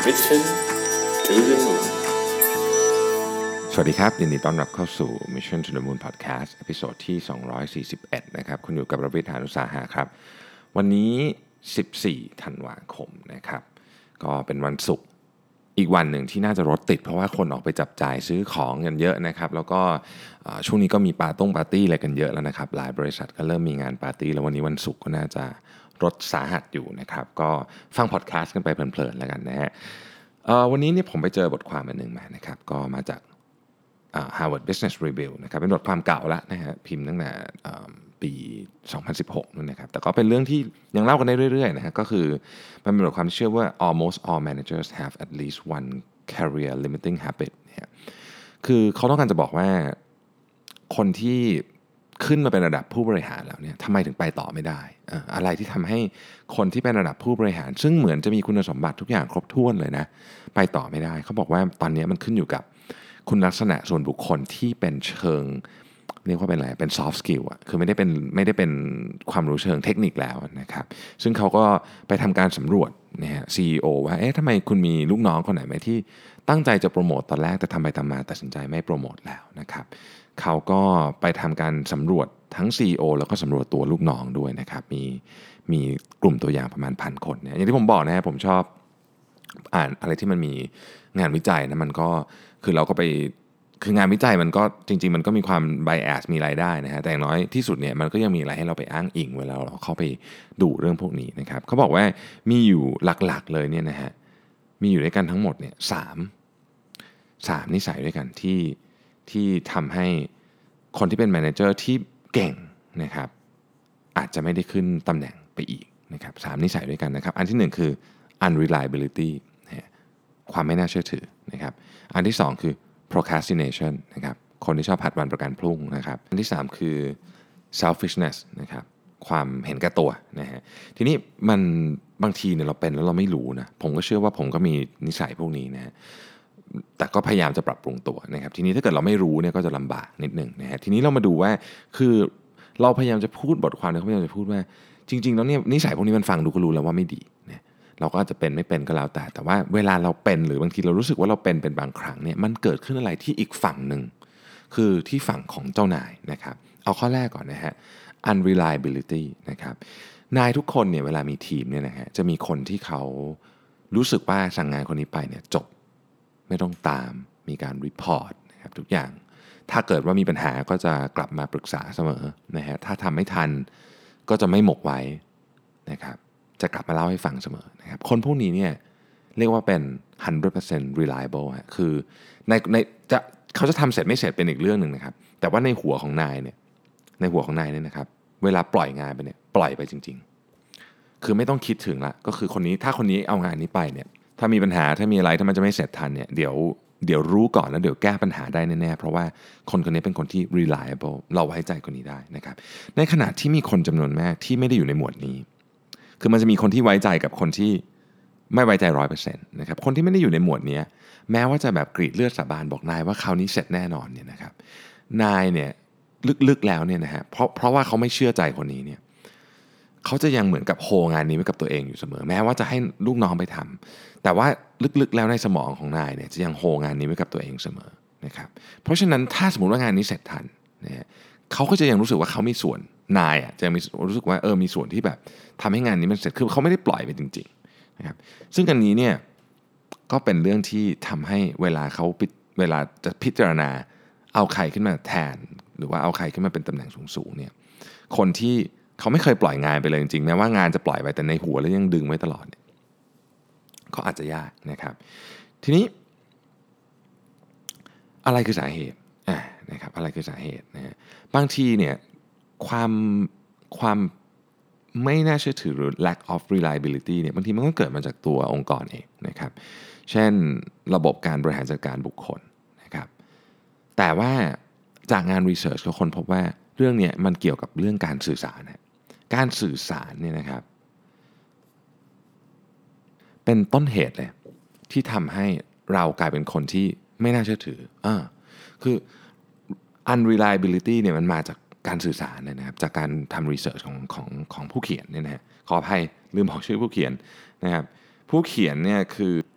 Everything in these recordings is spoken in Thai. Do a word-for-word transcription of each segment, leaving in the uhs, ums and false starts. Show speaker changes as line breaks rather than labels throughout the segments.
Mission to the Moon
สวัสดีครับยินดีต้อนรับเข้าสู่ Mission to the Moon Podcast ตอนที่สองร้อยสี่สิบเอ็ดนะครับคุณอยู่กับรวิทย์ หาญอุตสาหะครับวันนี้สิบสี่ธันวาคมนะครับก็เป็นวันศุกร์อีกวันหนึ่งที่น่าจะรถติดเพราะว่าคนออกไปจับจ่ายซื้อของกันเยอะนะครับแล้วก็ช่วงนี้ก็มีปาร์ต้งปาร์ตี้อะไรกันเยอะแล้วนะครับหลายบริษัทก็เริ่มมีงานปาร์ตี้แล้ววันนี้วันศุกร์ก็น่าจะรถสาหัสอยู่นะครับก็ฟังพอดแคสต์กันไปเพลินๆแล้วกันนะฮะวันนี้เนี่ยผมไปเจอบทความอันหนึ่งมานะครับก็มาจาก Harvard Business Review นะครับเป็นบทความเก่าแล้วนะฮะพิมพ์ตั้งแต่ปีสองพันสิบหกนู่นนะครับแต่ก็เป็นเรื่องที่ยังเล่ากันได้เรื่อยๆนะฮะก็คือมันเป็นบทความที่เชื่อว่า almost all managers have at least one career limiting habit เนี่ยคือเขาต้องการจะบอกว่าคนที่ขึ้นมาเป็นระดับผู้บริหารแล้วเนี่ยทำไมถึงไปต่อไม่ได้อะไรที่ทำให้คนที่เป็นระดับผู้บริหารซึ่งเหมือนจะมีคุณสมบัติทุกอย่างครบถ้วนเลยนะไปต่อไม่ได้เขาบอกว่าตอนนี้มันขึ้นอยู่กับคุณลักษณะส่วนบุคคลที่เป็นเชิงเรียกว่าเป็นอะไรเป็น soft skill อ่ะคือไม่ได้เป็นไม่ได้เป็นความรู้เชิงเทคนิคแล้วนะครับซึ่งเขาก็ไปทำการสำรวจนะฮะ ซี อี โอ ว่าเอ๊ะทำไมคุณมีลูกน้องคนไหนไหมที่ตั้งใจจะโปรโมตตอนแรกแต่ทำไปทำมาตัดสินใจไม่โปรโมตแล้วนะครับเขาก็ไปทำการสำรวจทั้ง ซี อี โอ แล้วก็สำรวจตัวลูกน้องด้วยนะครับมีมีกลุ่มตัวอย่างประมาณพันคนเนี่ยอย่างที่ผมบอกนะฮะผมชอบอ่านอะไรที่มันมีงานวิจัยนะมันก็คือเราก็ไปคืองานวิจัยมันก็จริงๆมันก็มีความ bias มีรายได้นะฮะแต่อย่างน้อยที่สุดเนี่ยมันก็ยังมีอะไรให้เราไปอ้างอิงเวลาเราเข้าไปดูเรื่องพวกนี้นะครับเขาบอกว่ามีอยู่หลักๆเลยเนี่ยนะฮะมีอยู่ด้วยกันทั้งหมดเนี่ยสามสามนิสัยด้วยกันที่ที่ทำให้คนที่เป็นแมเนเจอร์ที่เก่งนะครับอาจจะไม่ได้ขึ้นตำแหน่งไปอีกนะครับสามนิสัยด้วยกันนะครับอันที่หนึ่งคือ unreliability นะฮะความไม่น่าเชื่อถือนะครับอันที่สองคือprocrastination นะครับคนที่ชอบผัดวันประกันพรุ่งนะครับอันที่สามคือ selfishness นะครับความเห็นแก่ตัวนะฮะทีนี้มันบางทีเนี่ยเราเป็นแล้วเราไม่รู้นะผมก็เชื่อว่าผมก็มีนิสัยพวกนี้นะฮะแต่ก็พยายามจะปรับปรุงตัวนะครับทีนี้ถ้าเกิดเราไม่รู้เนี่ยก็จะลำบากนิดนึงนะฮะทีนี้เรามาดูว่าคือเราพยายามจะพูดบทความเนี่ยเขาพยายามจะพูดว่าจริงๆแล้วเนี่ยนิสัยพวกนี้มันฟังดูก็รู้แล้วว่าไม่ดีนะเราก็อาจจะเป็นไม่เป็นก็แล้วแต่แต่ว่าเวลาเราเป็นหรือบางทีเรารู้สึกว่าเราเป็นเป็นบางครั้งเนี่ยมันเกิดขึ้นอะไรที่อีกฝั่งหนึ่งคือที่ฝั่งของเจ้านายนะครับเอาข้อแรกก่อนนะฮะ unreliability นะครับนายทุกคนเนี่ยเวลามีทีมเนี่ยนะฮะจะมีคนที่เขารู้สึกว่าสั่งงานคนนี้ไปเนี่ยจบไม่ต้องตามมีการรีพอร์ตนะครับทุกอย่างถ้าเกิดว่ามีปัญหาก็จะกลับมาปรึกษาเสมอนะฮะถ้าทำไม่ทันก็จะไม่หมกไว้นะครับจะกลับมาเล่าให้ฟังเสมอนะครับคนพวกนี้เนี่ยเรียกว่าเป็น หนึ่งร้อยเปอร์เซ็นต์ reliable ฮะคือในในจะเขาจะทำเสร็จไม่เสร็จเป็นอีกเรื่องหนึ่งนะครับแต่ว่าในหัวของนายเนี่ยในหัวของนายเนี่ยนะครับเวลาปล่อยงานไปเนี่ยปล่อยไปจริงๆคือไม่ต้องคิดถึงละก็คือคนนี้ถ้าคนนี้เอางานนี้ไปเนี่ยถ้ามีปัญหาถ้ามีอะไรถ้ามันจะไม่เสร็จทันเนี่ยเดี๋ยวเดี๋ยวรู้ก่อนแล้วเดี๋ยวแก้ปัญหาได้แน่ๆเพราะว่าคนคนนี้เป็นคนที่ reliable เราไว้ใจคนนี้ได้นะครับในขณะที่มีคนจำนวนมากที่ไม่ได้อยู่ในหมวดนี้คือมันจะมีคนที่ไว้ใจกับคนที่ไม่ไว้ใจ ร้อยเปอร์เซ็นต์ นะครับคนที่ไม่ได้อยู่ในหมวดนี้แม้ว่าจะแบบกรีดเลือดสาบานบอกนายว่าคราวนี้เสร็จแน่นอนเนี่ยนะครับนายเนี่ยลึกๆแล้วเนี่ยนะฮะเพราะเพราะว่าเขาไม่เชื่อใจคนนี้เนี่ยเขาจะยังเหมือนกับโฮงานนี้ไว้กับตัวเองอยู่เสมอแม้ว่าจะให้ลูกน้องไปทำแต่ว่าลึกๆแล้วในสมองของนายเนี่ยจะยังโฮงานนี้ไว้กับตัวเองเสมอนะครับเพราะฉะนั้นถ้าสมมติว่างานนี้เสร็จทันนะฮะเขาก็จะยังรู้สึกว่าเขามีส่วนนายอ่ะจะมีรู้สึกว่าเออมีส่วนที่แบบทำให้งานนี้มันเสร็จคือเขาไม่ได้ปล่อยไปจริงๆนะครับซึ่งอันนี้เนี่ยก็เป็นเรื่องที่ทำให้เวลาเขาเวลาจะพิจารณาเอาใครขึ้นมาแทนหรือว่าเอาใครขึ้นมาเป็นตำแหน่งสูงๆเนี่ยคนที่เขาไม่เคยปล่อยงานไปเลยจริงๆแม้ว่างานจะปล่อยไปแต่ในหัวแล้วยังดึงไว้ตลอดเนี่ยก็อาจจะยากนะครับทีนี้อะไรคือสาเหตุอ่านะครับอะไรคือสาเหตุนะฮะบางทีเนี่ยความความไม่น่าเชื่อถือหรือ lack of reliability เนี่ยบางทีมันก็เกิดมาจากตัวองค์กรเองนะครับเช่นระบบการบริหารจัดการบุคคลนะครับแต่ว่าจากงาน research ก็คนพบว่าเรื่องนี้มันเกี่ยวกับเรื่องการสื่อสารนะการสื่อสารเนี่ยนะครับเป็นต้นเหตุเลยที่ทำให้เรากลายเป็นคนที่ไม่น่าเชื่อถืออ่าคือ unreliability เนี่ยมันมาจากการสื่อสารนะครับจากการทำ research ของของของผู้เขียนเนี่ยนะฮะขออภัยลืมบอกชื่อผู้เขียนนะครับผู้เขียนเนี่ยคือ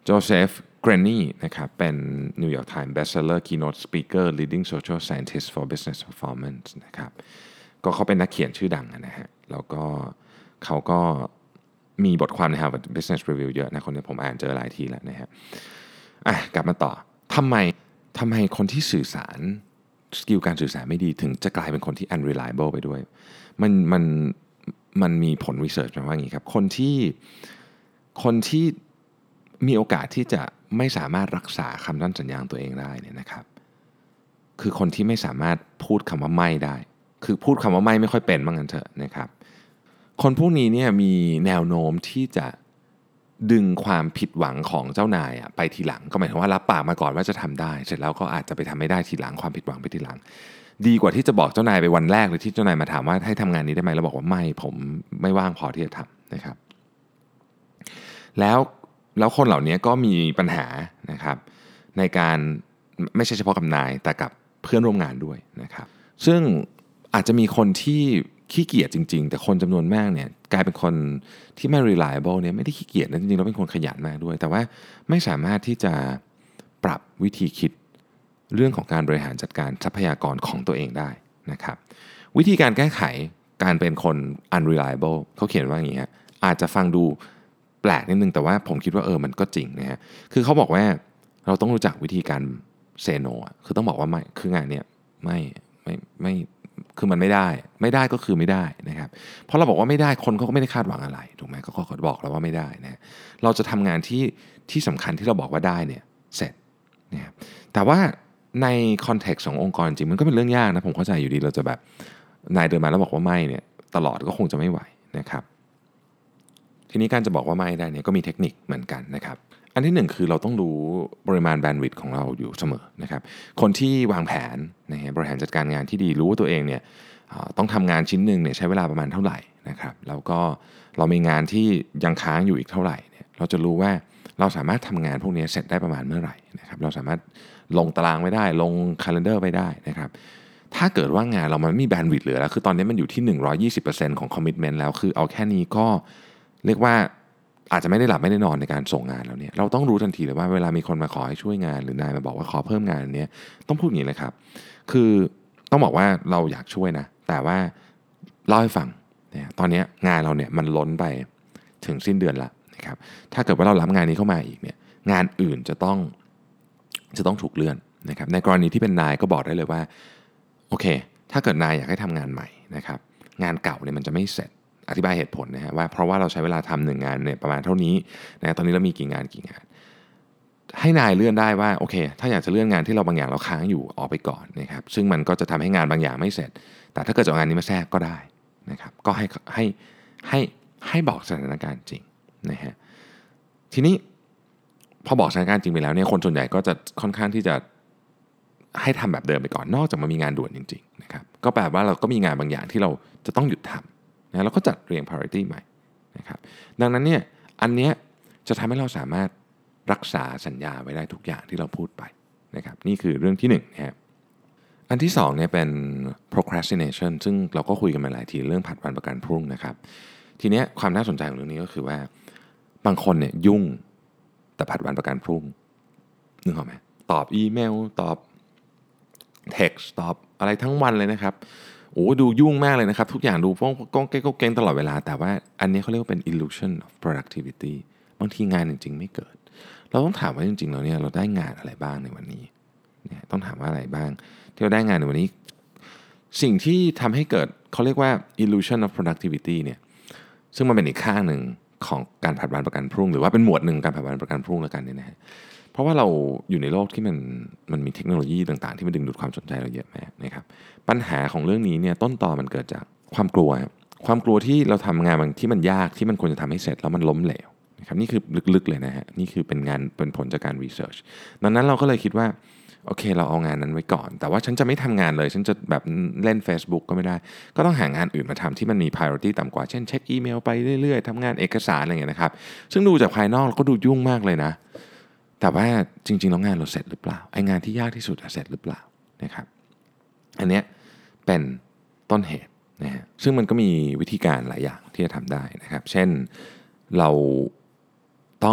โจเซฟเกรนนีนะครับเป็น New York Times Bestseller Keynote Speaker Leading Social Scientist for Business Performance นะครับก็เขาเป็นนักเขียนชื่อดังนะฮะแล้วก็เขาก็มีบทความใน Harvard Business Review เยอะนะคนนี้ผมอ่านเจอหลายทีแล้วนะฮะอ่ะกลับมาต่อทำไมทำไมคนที่สื่อสารสกิลการสื่อสารไม่ดีถึงจะกลายเป็นคนที่ unreliable ไปด้วยมันมันมันมีผลวิจัยมาว่าอย่างนี้ครับคนที่คนที่มีโอกาสที่จะไม่สามารถรักษาคำมั่นสัญญาตัวเองได้เนี่ยนะครับคือคนที่ไม่สามารถพูดคำว่าไม่ได้คือพูดคำว่าไม่ไม่ค่อยเป็นบ้างกันเถอะนะครับคนพวกนี้เนี่ยมีแนวโน้มที่จะดึงความผิดหวังของเจ้านายไปทีหลังก็หมายถึงว่ารับปากมาก่อนว่าจะทำได้เสร็จแล้วก็อาจจะไปทำไม่ได้ทีหลังความผิดหวังไปทีหลังดีกว่าที่จะบอกเจ้านายไปวันแรกเลยที่เจ้านายมาถามว่าให้ทำงานนี้ได้ไหมแล้วบอกว่าไม่ผมไม่ว่างพอที่จะทำนะครับแล้วแล้วคนเหล่านี้ก็มีปัญหานะครับในการไม่ใช่เฉพาะกับนายแต่กับเพื่อนร่วมงานด้วยนะครับซึ่งอาจจะมีคนที่ขี้เกียจจริงๆแต่คนจำนวนมากเนี่ยกลายเป็นคนที่ไม่ reliable เนี่ยไม่ได้ขี้เกียจนะจริงๆแล้วเป็นคนขยันมากด้วยแต่ว่าไม่สามารถที่จะปรับวิธีคิดเรื่องของการบริหารจัดการทรัพยากรของตัวเองได้นะครับวิธีการแก้ไขการเป็นคน unreliable เขาเขียนว่าอย่างนี้ฮะอาจจะฟังดูแปลกนิดนึงแต่ว่าผมคิดว่าเออมันก็จริงนะฮะคือเขาบอกว่าเราต้องรู้จักวิธีการเซโนคือต้องบอกว่าไม่คืองานเนี่ยไม่ไม่ไม่คือมันไม่ได้ไม่ได้ก็คือไม่ได้นะครับเพราะเราบอกว่าไม่ได้คนเขาก็ไม่ได้คาดหวังอะไรถูกไหมเขาก็บอกเราว่าไม่ได้นะเราจะทำงานที่ที่สำคัญที่เราบอกว่าได้เนี่ยเสร็จนะครับแต่ว่าในคอนเท็กซ์ขององค์กรจริงมันก็เป็นเรื่องยากนะผมเข้าใจอยู่ดีเราจะแบบนายเดินมาแล้วบอกว่าไม่เนี่ยตลอดก็คงจะไม่ไหวนะครับทีนี้การจะบอกว่าไม่ได้เนี่ยก็มีเทคนิคเหมือนกันนะครับอันที่หนึ่งคือเราต้องรู้ปริมาณแบนด์วิดต์ของเราอยู่เสมอนะครับคนที่วางแผนนะฮะบริหารจัดการงานที่ดีรู้ว่าตัวเองเนี่ยต้องทำงานชิ้นหนึ่งเนี่ยใช้เวลาประมาณเท่าไหร่นะครับแล้วก็เรามีงานที่ยังค้างอยู่อีกเท่าไหร่เนี่ยเราจะรู้ว่าเราสามารถทำงานพวกนี้เสร็จได้ประมาณเมื่อไหร่นะครับเราสามารถลงตารางไว้ได้ลง calendar ไว้ได้นะครับถ้าเกิดว่างานเรามันไม่มีแบนด์วิดต์เหลือแล้วคือตอนนี้มันอยู่ที่ หนึ่งร้อยยี่สิบเปอร์เซ็นต์ ของ commitment แล้วคือเอาแค่นี้ก็เรียกว่าอาจจะไม่ได้หลับไม่ได้นอนในการส่งงานแล้วเนี่ยเราต้องรู้ทันทีเลยว่าเวลามีคนมาขอให้ช่วยงานหรือนายมาบอกว่าขอเพิ่มงานเนี่ยต้องพูดอย่างนี้เลยครับคือต้องบอกว่าเราอยากช่วยนะแต่ว่าเล่าให้ฟังเนี่ยตอนนี้งานเราเนี่ยมันล้นไปถึงสิ้นเดือนละนะครับถ้าเกิดว่าเรารับงานนี้เข้ามาอีกเนี่ยงานอื่นจะต้องจะต้องถูกเลื่อนนะครับในกรณีที่เป็นนายก็บอกได้เลยว่าโอเคถ้าเกิดนายอยากให้ทำงานใหม่นะครับงานเก่าเนี่ยมันจะไม่เสร็จอธิบายเหตุผลนะฮะว่าเพราะว่าเราใช้เวลาทำหนึ่งงานเนี่ยประมาณเท่านี้นะตอนนี้เรามีกี่งานกี่งานให้นายเลื่อนได้ว่าโอเคถ้าอยากจะเลื่อนงานที่เราบางอย่างเราค้างอยู่ออกไปก่อนนะครับซึ่งมันก็จะทำให้งานบางอย่างไม่เสร็จแต่ถ้าเกิดจะเอางานนี้มาแทรกก็ได้นะครับก็ให้ให้ให้ให้บอกสถานการณ์จริงนะฮะทีนี้พอบอกสถานการณ์จริงไปแล้วเนี่ยคนส่วนใหญ่ก็จะค่อนข้างที่จะให้ทำแบบเดิมไปก่อนนอกจากมันมีงานด่วนจริงๆนะครับก็แปลว่าเราก็มีงานบางอย่างที่เราจะต้องหยุดทำนะแล้วก็จัดเรียง priority ใหม่นะครับดังนั้นเนี่ยอันเนี้ยจะทำให้เราสามารถรักษาสัญญาไว้ได้ทุกอย่างที่เราพูดไปนะครับนี่คือเรื่องที่หนึ่งนะครับอันที่สองเนี่ยเป็น procrastination ซึ่งเราก็คุยกันมาหลายทีเรื่องผัดวันประกันพรุ่งนะครับทีเนี้ยความน่าสนใจของเรื่องนี้ก็คือว่าบางคนเนี่ยยุ่งแต่ผัดวันประกันพรุ่งนึกออกไหมตอบอีเมลตอบ text ตอบอะไรทั้งวันเลยนะครับโอ้ดูยุ่งมากเลยนะครับทุกอย่างดูป้องก้องเก้งเก้งตลอดเวลาแต่ว่าอันนี้เขาเรียกว่าเป็น illusion of productivity บางทีงานจริงๆไม่เกิดเราต้องถามว่าจริงๆแล้วเนี่ยเราได้งานอะไรบ้างในวันนี้เนี่ยต้องถามว่าอะไรบ้างที่เราได้งานในวันนี้สิ่งที่ทำให้เกิดเขาเรียกว่า illusion of productivity เนี่ยซึ่งมันเป็นอีกข้างหนึ่งของการผัดวันประกันพรุ่งหรือว่าเป็นหมวดหนึ่งการผัดวันประกันพรุ่งแล้วกันเนี่ยนะฮะเพราะว่าเราอยู่ในโลกที่มันมันมีเทคโนโลยีต่างๆที่มันดึงดูดความสนใจเราเยอะมากนะครับปัญหาของเรื่องนี้เนี่ยต้นตอมันเกิดจากความกลัวความกลัวที่เราทำงานบางที่มันยากที่มันควรจะทำให้เสร็จแล้วมันล้มเหลวนะครับนี่คือลึกๆเลยนะฮะนี่คือเป็นงานเป็นผลจากการรีเสิร์ชดังนั้นเราก็เลยคิดว่าโอเคเราเอางานนั้นไว้ก่อนแต่ว่าฉันจะไม่ทำงานเลยฉันจะแบบเล่น Facebook ก็ไม่ได้ก็ต้องหางานอื่นมาทำที่มันมี priority ต่ำกว่าเช่นเช็คอีเมลไปเรื่อยๆทำงานเอกสารอะไรอย่างเงี้ยนะครับซึ่งดูจากภายนอกเราก็ดูยุ่งมากเลยนะแต่ว่าจริงๆแล้วงานเราเสร็จหรือเปล่าไอ้งานที่ยากที่สุดเสร็จหรือเปล่านะครับอันเนี้ยเป็นต้นเหตุนะฮะซึ่งมันก็มีวิธีการหลายอย่างที่จะทำได้นะครับเช่นเราต้อง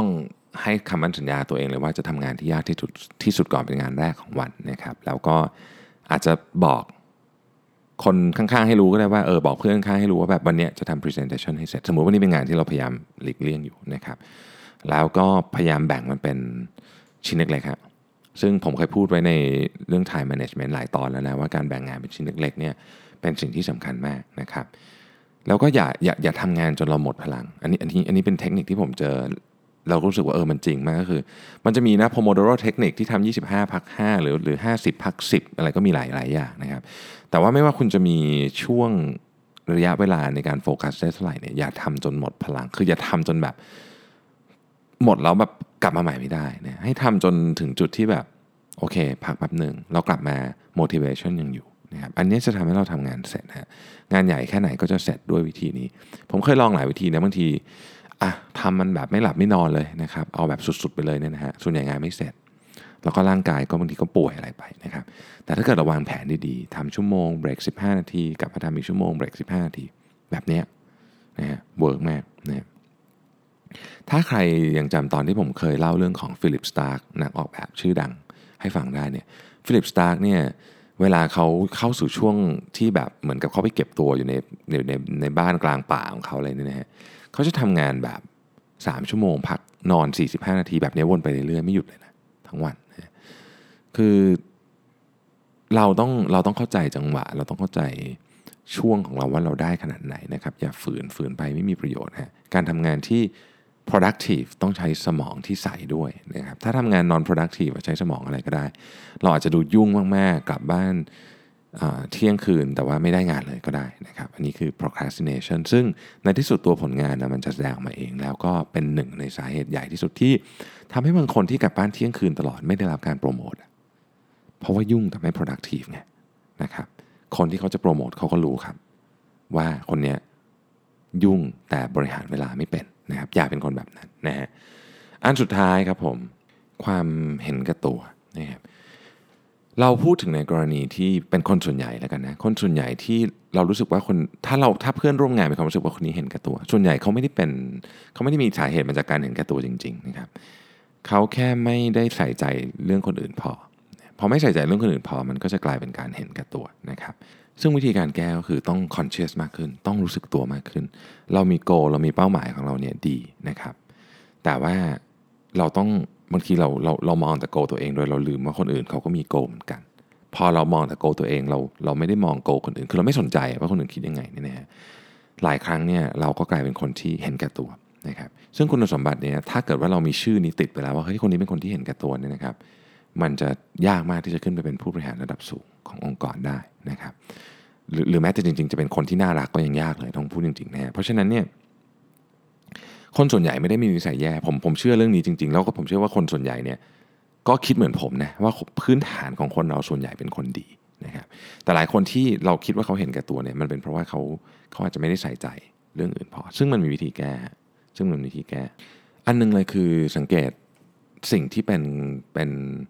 ให้คำมั่นสัญญาตัวเองเลยว่าจะทำงานที่ยากที่สุดที่สุดก่อนเป็นงานแรกของวันนะครับแล้วก็อาจจะบอกคนข้างๆให้รู้ก็ได้ว่าเออบอกเพื่อนข้างๆให้รู้ว่าแบบวันนี้จะทำ presentation ให้เสร็จสมมุติว่านี่เป็นงานที่เราพยายามหลีกเลี่ยงอยู่นะครับแล้วก็พยายามแบ่งมันเป็นชิ้นเล็กๆครับซึ่งผมเคยพูดไว้ในเรื่อง time management หลายตอนแล้วนะว่าการแบ่งงานเป็นชิ้นเล็กๆเนี่ยเป็นสิ่งที่สำคัญมากนะครับแล้วก็อย่าอย่าอย่าทำงานจนเราหมดพลังอันนี้อันนี้อันนี้เป็นเทคนิคที่ผมเจอเรารู้สึกว่าเออมันจริงมากก็คือมันจะมีนะ Pomodoro เทคนิคที่ทำยี่สิบห้าพักห้าหรือหรือห้าสิบพักสิบอะไรก็มีหลายหลายอย่างนะครับแต่ว่าไม่ว่าคุณจะมีช่วงระยะเวลาในการโฟกัสได้เท่าไหร่เนี่ยอย่าทำจนหมดพลังคืออย่าทำจนแบบหมดแล้วแบบกลับมาใหม่ไม่ได้นะให้ทำจนถึงจุดที่แบบโอเคพักแป๊บหนึ่งเรากลับมา motivation ยังอยู่นะครับอันนี้จะทำให้เราทำงานเสร็จนะงานใหญ่แค่ไหนก็จะเสร็จด้วยวิธีนี้ผมเคยลองหลายวิธีนะบางทีอ่ะทำมันแบบไม่หลับไม่นอนเลยนะครับเอาแบบสุดๆไปเลยเนี่ยนะฮะส่วนใหญ่งานไม่เสร็จแล้วก็ร่างกายก็บางทีก็ป่วยอะไรไปนะครับแต่ถ้าเกิดเราวางแผนดีๆทำชั่วโมงเบรกสิบห้านาทีกลับมาทำอีกชั่วโมงเบรกสิบห้านาทีแบบเนี้ยนะฮะเวิร์กมากนะถ้าใครยังจำตอนที่ผมเคยเล่าเรื่องของฟิลิปสตาร์กนักออกแบบชื่อดังให้ฟังได้เนี่ยฟิลิปสตาร์กเนี่ยเวลาเขาเข้าสู่ช่วงที่แบบเหมือนกับเขาไปเก็บตัวอยู่ในในในในบ้านกลางป่าของเขาอะไรเนี่ยนะฮะเขาจะทำงานแบบสามชั่วโมงพักนอนสี่สิบห้านาทีแบบนี้วนไปเรื่อยๆไม่หยุดเลยนะทั้งวันนะคือเราต้องเราต้องเข้าใจจังหวะเราต้องเข้าใจช่วงของเราว่าเราได้ขนาดไหนนะครับอย่าฝืนฝืนไปไม่มีประโยชน์ฮะการทำงานที่ productive ต้องใช้สมองที่ใส่ด้วยนะครับถ้าทำงาน non productive ใช้สมองอะไรก็ได้เราอาจจะดูยุ่งมากๆกลับบ้านเที่ยงคืนแต่ว่าไม่ได้งานเลยก็ได้นะครับอันนี้คือ procrastination ซึ่งในที่สุดตัวผลงานนะมันจะแสดงออกมาเองแล้วก็เป็นหนึ่งในสาเหตุใหญ่ที่สุดที่ทำให้บางคนที่กลับบ้านเที่ยงคืนตลอดไม่ได้รับการโปรโมทเพราะว่ายุ่งแต่ไม่ productive ไงนะครับคนที่เขาจะโปรโมทเขาก็รู้ครับว่าคนนี้ยุ่งแต่บริหารเวลาไม่เป็นนะครับอย่าเป็นคนแบบนั้นนะฮะอันสุดท้ายครับผมความเห็นแก่ตัวนะครับเราพูดถึงในกรณีที่เป็นคนส่วนใหญ่แล้วกันนะคนส่วนใหญ่ที่เรารู้สึกว่าคนถ้าเราถ้าเพื่อนร่วมงานมีความรู้สึกว่าคนนี้เห็นแก่ตัวส่วนใหญ่เขาไม่ได้เป็นเขาไม่ได้มีสาเหตุมาจากการเห็นแก่ตัวจริงๆนะครับเขาแค่ไม่ได้ใส่ใจเรื่องคนอื่นพอพอไม่ใส่ใจเรื่องคนอื่นพอมันก็จะกลายเป็นการเห็นแก่ตัวนะครับซึ่งวิธีการแก้ก็คือต้อง conscious มากขึ้นต้องรู้สึกตัวมากขึ้นเรามี goal เรามีเป้าหมายของเราเนี่ยดีนะครับแต่ว่าเราต้องบางทีเราเราเรามองแต่ goal ตัวเองโดยเราลืมว่าคนอื่นเขาก็มี goal เหมือนกันพอเรามองแต่ goal ตัวเองเราเราไม่ได้มอง goal คนอื่นคือเราไม่สนใจว่าคนอื่นคิดยังไงเนี่ยนะฮะหลายครั้งเนี่ยเราก็กลายเป็นคนที่เห็นแก่ตัวนะครับซึ่งคุณสมบัติเนี่ยถ้าเกิดว่าเรามีชื่อนี้ติดไปแล้วว่าเฮ้ยคนนี้เป็นคนที่เห็นแก่ตัวเนี่ยนะครับมันจะยากมากที่จะขึ้นไปเป็นผู้บริหารระดับสูงขององค์กรได้นะครับหรือหรือแม้แต่จริงๆจะเป็นคนที่น่ารักก็ยังยากเลยต้องพูดจริงๆนะเพราะฉะนั้นเนี่ยคนส่วนใหญ่ไม่ได้มีนิสัยแย่ผมผมเชื่อเรื่องนี้จริงๆแล้วก็ผมเชื่อว่าคนส่วนใหญ่เนี่ยก็คิดเหมือนผมนะว่าพื้นฐานของคนเราส่วนใหญ่เป็นคนดีนะครับแต่หลายคนที่เราคิดว่าเขาเห็นแก่ตัวเนี่ยมันเป็นเพราะว่าเขาเขาอาจจะไม่ได้ใส่ใจเรื่องอื่นพอซึ่งมันมีวิธีแก้ซึ่งมันมีวิธีแก้อันนึงเลยคือสังเกตสิ่งที่เป็นเป็น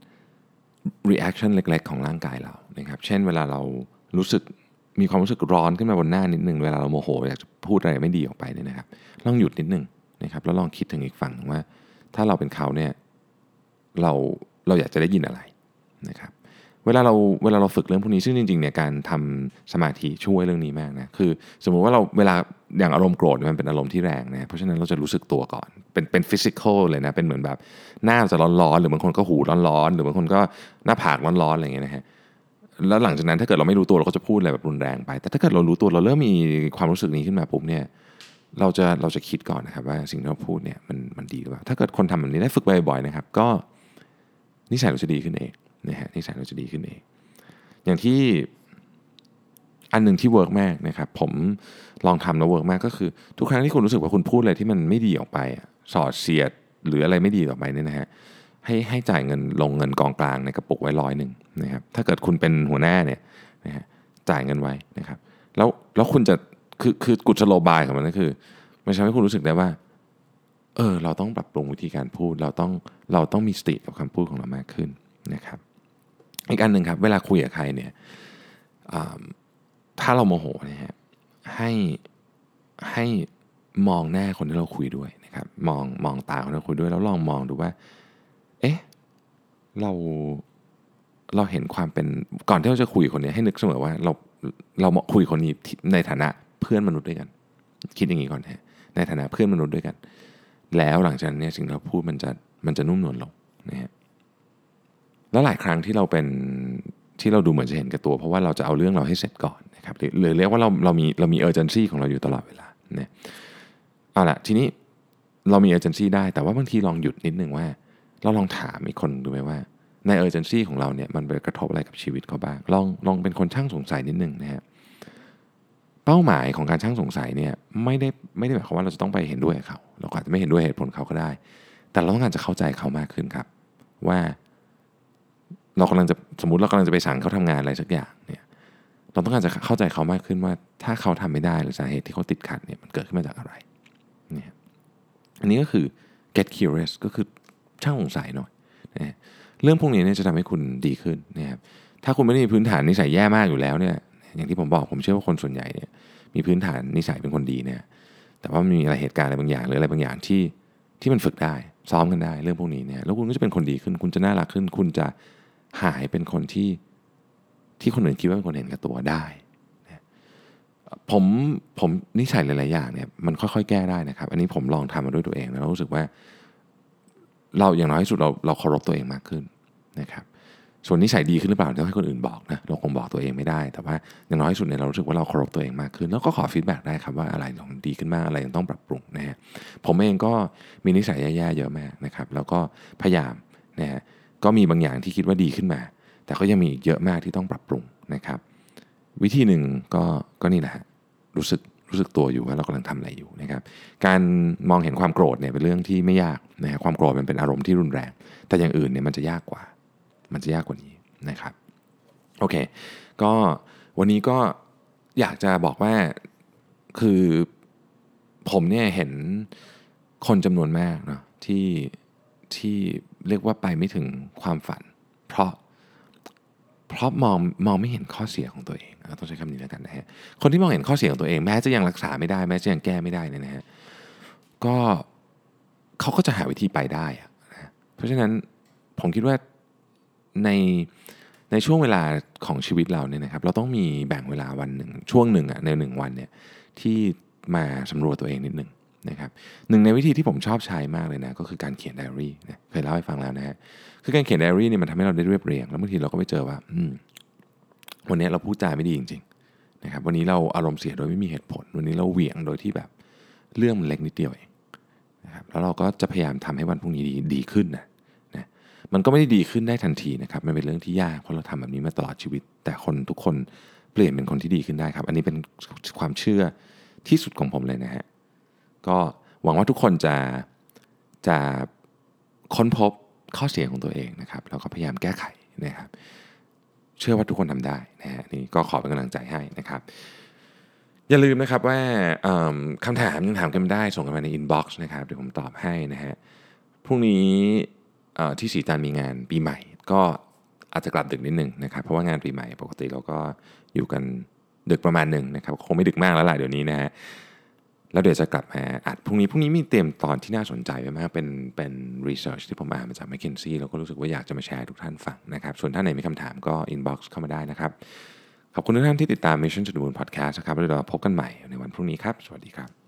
reaction เล็กๆของร่างกายเรานะครับเช่นเวลาเรารู้สึกมีความรู้สึกร้อนขึ้นมาบนหน้านิดนึงเวลาเราโมโหอยากจะพูดอะไรไม่ดีออกไปเนี่ยนะครับลองหยุดนิดนึงนะครับแล้วลองคิดถึงอีกฝั่งว่าถ้าเราเป็นเขาเนี่ยเราเราอยากจะได้ยินอะไรนะครับเวลาเราเวลาเราฝึกเรื่องพวกนี้ซึ่งจริงๆเนี่ยการทำสมาธิช่วยเรื่องนี้มากนะคือสมมุติว่าเราเวลาอย่างอารมณ์โกรธมันเป็นอารมณ์ที่แรงนะเพราะฉะนั้นเราจะรู้สึกตัวก่อนเป็นเป็นฟิสิกอลเลยนะเป็นเหมือนแบบหน้าจะร้อนๆหรือบางคนก็หูร้อนๆหรือบางคนก็หน้าผากร้อนๆอะไรอย่างเงี้ยนะฮะแล้วหลังจากนั้นถ้าเกิดเราไม่รู้ตัวเราก็จะพูดอะไรแบบรุนแรงไปแต่ถ้าเกิดเรารู้ตัวเราเริ่มมีความรู้สึกนี้ขึ้นมาปุ๊บเนี่ยเราจะเราจะคิดก่อนนะครับว่าสิ่งที่เราพูดเนี่ยมันมันดีหรือเปล่าถ้าเกิดคนทำแบบนี้ได้ฝึกบ่อยๆนะครับก็นิสัยเราจะดีขึ้นเองนะฮะนิสัยเราจะดีขึ้นเองอย่างที่อันหนึ่งที่เวิร์กมากนะครับผมลองทำแล้วเวิร์กมากก็คือทุกครั้งที่คุณรู้สึกว่าคุณพูดอะไรที่มันไม่ดีออกไปสอดเสียดหรืออะไรไม่ดีออกไปเนี่ยนะฮะให้ให้จ่ายเงินลงเงินกองกลางในกระปุกไว้ร้อยหนึ่งนะครับถ้าเกิดคุณเป็นหัวหน้าเนี่ยนะฮะจ่ายเงินไว้นะครับแล้วแล้วคุณจะคือคือกุศโลบายของมันก็คือมันทำให้คุณรู้สึกได้ว่าเออเราต้องปรับปรุงวิธีการพูดเราต้องเราต้องมีสติกับคำพูดของเรามากขึ้นนะครับอีกอันหนึ่งครับเวลาคุยกับใครเนี่ยถ้าเราโมโหนะฮะให้ให้มองหน้าคนที่เราคุยด้วยนะครับมองมองตาคนที่คุยด้วยแล้วลองมองดูว่าเอ๊ะเราเราเห็นความเป็นก่อนที่เราจะคุยคนนี้ให้นึกเสมอว่าเราเราคุยคนนี้ในฐานะเพื่อนมนุษย์ด้วยกันคิดอย่างนี้ก่อนฮะในฐานะเพื่อนมนุษย์ด้วยกันแล้วหลังจากนั้นเนี่ยสิ่งที่เราพูดมันจะมันจะนุ่มนวลลงนะฮะแล้วหลายครั้งที่เราเป็นที่เราดูเหมือนจะเห็นแก่ตัวเพราะว่าเราจะเอาเรื่องเราให้เสร็จก่อนนะครับหรือหรือเรียกว่าเราเรามีเรามี urgency ของเราอยู่ตลอดเวลาเนี่ยเอาล่ะทีนี้เรามี urgency ได้แต่ว่าบางทีลองหยุดนิดนึงว่าเราลองถามอีกคนดูไหมว่าใน urgency ของเราเนี่ยมันไปกระทบอะไรกับชีวิตเขาบ้างลองลองเป็นคนช่างสงสัยนิดนึงนะฮะเป้าหมายของการช่างสงสัยเนี่ยไม่ได้ไม่ได้หมายความว่าเราจะต้องไปเห็นด้วยกับเขาเราอาจจะไม่เห็นด้วยเหตุผลเขาก็ได้แต่เราต้องการจะเข้าใจเขามากขึ้นครับว่าเรากำลังจะสมมุติเรากำลังจะไปสั่งเขาทำงานอะไรสักอย่างเนี่ยเราต้องการจะเข้าใจเขามากขึ้นว่าถ้าเขาทำไม่ได้หรือสาเหตุที่เขาติดขัดเนี่ยมันเกิดขึ้นมาจากอะไรเนี่ยอันนี้ก็คือ get curious ก็คือช่างสงสัยหน่อยนะเรื่องพวกนี้เนี่ยจะทำให้คุณดีขึ้นนะครับถ้าคุณไม่ได้มีพื้นฐานนิสัยแย่มากอยู่แล้วเนี่ยอย่างที่ผมบอกผมเชื่อว่าคนส่วนใหญ่เนี่ยมีพื้นฐานนิสัยเป็นคนดีเนี่ยแต่ว่ามีอะไรเหตุการณ์อะไรบางอย่างหรืออะไรบางอย่างที่ที่มันฝึกได้ซ้อมกันได้เรื่องพวกนี้เนี่ยแล้วคุณก็จะเป็นคนดีขึ้นคุณจะน่ารักขึ้นคุณจะหายเป็นคนที่ที่คนอื่นคิดว่าเป็นคนเห็นแก่ตัวได้นะผมผมนิสัยหลายๆอย่างเนี่ยมันค่อยๆแก้ได้นะครับอันนี้ผมลองทำมาด้วยตัวเองแล้วรู้สึกว่าเราอย่างน้อยที่สุดเราเราเคารพตัวเองมากขึ้นนะครับส่วนนิสัยดีขึ้นหรือเปล่าต้องให้คนอื่นบอกนะเราคงบอกตัวเองไม่ได้แต่ว่าอย่างน้อยที่สุดเนี่ยเรารู้สึกว่าเราเคารพตัวเองมากขึ้นแล้วก็ขอฟีดแบ็กได้ครับว่าอะไรของดีขึ้นบ้างอะไรยังต้องปรับปรุงนะฮะผมเองก็มีนิสัยแย่ๆเยอะมากนะครับแล้วก็พยายามนะฮะก็มีบางอย่างที่คิดว่าดีขึ้นมาแต่ก็ยังมีอีกเยอะมากที่ต้องปรับปรุงนะครับวิธีหนึ่งก็ก็นี่แหละรู้สึกรู้สึกตัวอยู่ว่าเรากำลังทำอะไรอยู่นะครับการมองเห็นความโกรธเนี่ยเป็นเรื่องที่ไม่ยากนะฮะความโกรธมันเป็นอารมณ์ที่รุนแรงแต่อย่างอื่นเนี่ยมันจะยากกว่ามันจะยากกว่านี้นะครับโอเคก็วันนี้ก็อยากจะบอกว่าคือผมเนี่ยเห็นคนจำนวนมากเนาะที่ที่เรียกว่าไปไม่ถึงความฝันเพราะเพราะมองมองไม่เห็นข้อเสียของตัวเองต้องใช้คำนี้แล้วกันนะฮะคนที่มองเห็นข้อเสียของตัวเองแม้จะยังรักษาไม่ได้แม้จะยังแก้ไม่ได้เนี่ยนะฮะก็เขาก็จะหาวิธีไปได้อะนะเพราะฉะนั้นผมคิดว่าในในช่วงเวลาของชีวิตเราเนี่ยนะครับเราต้องมีแบ่งเวลาวันหนึ่งช่วงหนึ่งอ่ะในหนึ่งวันเนี่ยที่มาสำรวจตัวเองนิดหนึ่งนะครับหนึ่งในวิธีที่ผมชอบใช้มากเลยนะก็คือการเขียนไดอารี่นะเคยเล่าให้ฟังแล้วนะฮะคือการเขียนไดอารี่เนี่ยมันทำให้เราได้เรียบเรียงแล้วบางทีเราก็ไปเจอว่าวันนี้เราพูดจาไม่ดีจริงๆนะครับวันนี้เราอารมณ์เสียโดยไม่มีเหตุผลวันนี้เราเหวี่ยงโดยที่แบบเรื่องมันเล็กนิดเดียวเองนะครับแล้วเราก็จะพยายามทำให้วันพรุ่งนี้ดีดีขึ้นนะนะมันก็ไม่ได้ดีขึ้นได้ทันทีนะครับมันเป็นเรื่องที่ยากเพราะเราทำแบบนี้มาตลอดชีวิตแต่คนทุกคนเปลี่ยนเป็นคนที่ดีขึ้นได้ครับอันนี้เป็นความเชื่อที่สุดของผมเลยนะฮะก็หวังว่าทุกคนจะจะค้นพบข้อเสียของตัวเองนะครับแล้วก็พยายามแก้ไขนะครับเชื่อว่าทุกคนทำได้นะฮะนี่ก็ขอเป็นกำลังใจให้นะครับอย่าลืมนะครับว่าคำถามยังถามกันได้ส่งกันมาในอินบ็อกซ์นะครับเดี๋ยวผมตอบให้นะฮะพรุ่งนี้ที่ศรีจันทร์มีงานปีใหม่ก็อาจจะกลับดึกนิดนึงนะครับเพราะว่างานปีใหม่ปกติเราก็อยู่กันดึกประมาณหนึ่งนะครับคงไม่ดึกมากแล้วล่ะเดี๋ยวนี้นะฮะแล้วเดี๋ยวจะกลับมาอัดพรุ่งนี้พรุ่งนี้มีเตรียมตอนที่น่าสนใจไว้มากเป็นเป็นรีเสิร์ชที่ผมอ่านมาจาก McKinsey แล้วก็รู้สึกว่าอยากจะมาแชร์ทุกท่านฟังนะครับส่วนท่านไหนมีคำถามก็อินบ็อกซ์เข้ามาได้นะครับขอบคุณทุกท่านที่ติดตาม Mission to the Moon Podcast นะครับแล้วเดี๋ยวเราพบกันใหม่ในวันพรุ่งนี้ครับสวัสดีครับ